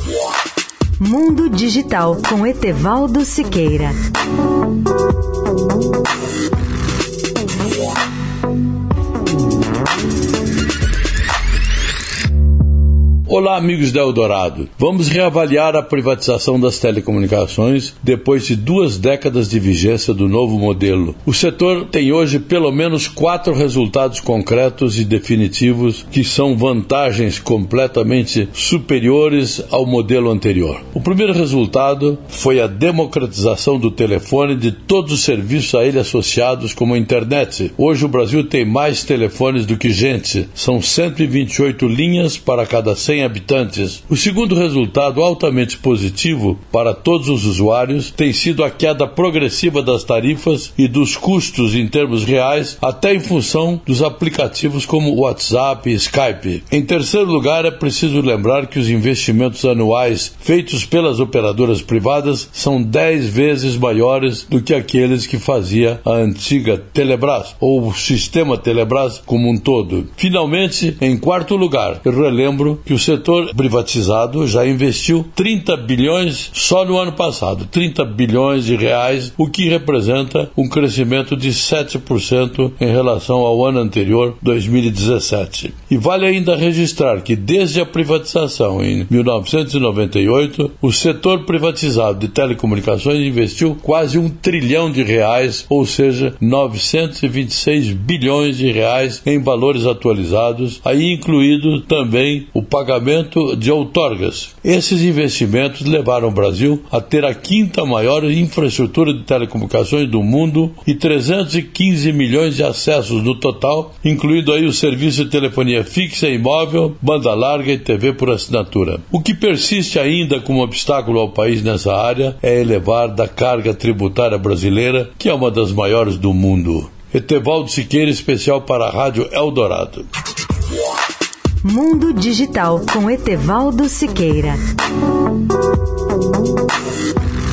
Mundo Digital com Etevaldo Siqueira. Olá, amigos da Eldorado. Vamos reavaliar a privatização das telecomunicações depois de 2 décadas de vigência do novo modelo. O setor tem hoje pelo menos 4 resultados concretos e definitivos que são vantagens completamente superiores ao modelo anterior. O primeiro resultado foi a democratização do telefone e de todos os serviços a ele associados, como a internet. Hoje o Brasil tem mais telefones do que gente. São 128 linhas para cada 100 habitantes. O segundo resultado altamente positivo para todos os usuários tem sido a queda progressiva das tarifas e dos custos em termos reais, até em função dos aplicativos como WhatsApp e Skype. Em terceiro lugar, é preciso lembrar que os investimentos anuais feitos pelas operadoras privadas são 10 vezes maiores do que aqueles que fazia a antiga Telebrás, ou o sistema Telebrás como um todo. Finalmente, em quarto lugar, eu relembro que o setor privatizado já investiu 30 bilhões só no ano passado, 30 bilhões de reais, o que representa um crescimento de 7% em relação ao ano anterior, 2017. E vale ainda registrar que desde a privatização em 1998, o setor privatizado de telecomunicações investiu quase 1 trilhão de reais, ou seja, 926 bilhões de reais em valores atualizados, aí incluído também o pagamento de outorgas. Esses investimentos levaram o Brasil a ter a 5ª maior infraestrutura de telecomunicações do mundo e 315 milhões de acessos no total, incluindo aí o serviço de telefonia fixa e móvel, banda larga e TV por assinatura. O que persiste ainda como obstáculo ao país nessa área é elevar da carga tributária brasileira, que é uma das maiores do mundo. Etevaldo Siqueira, especial para a Rádio Eldorado. Mundo Digital com Etevaldo Siqueira.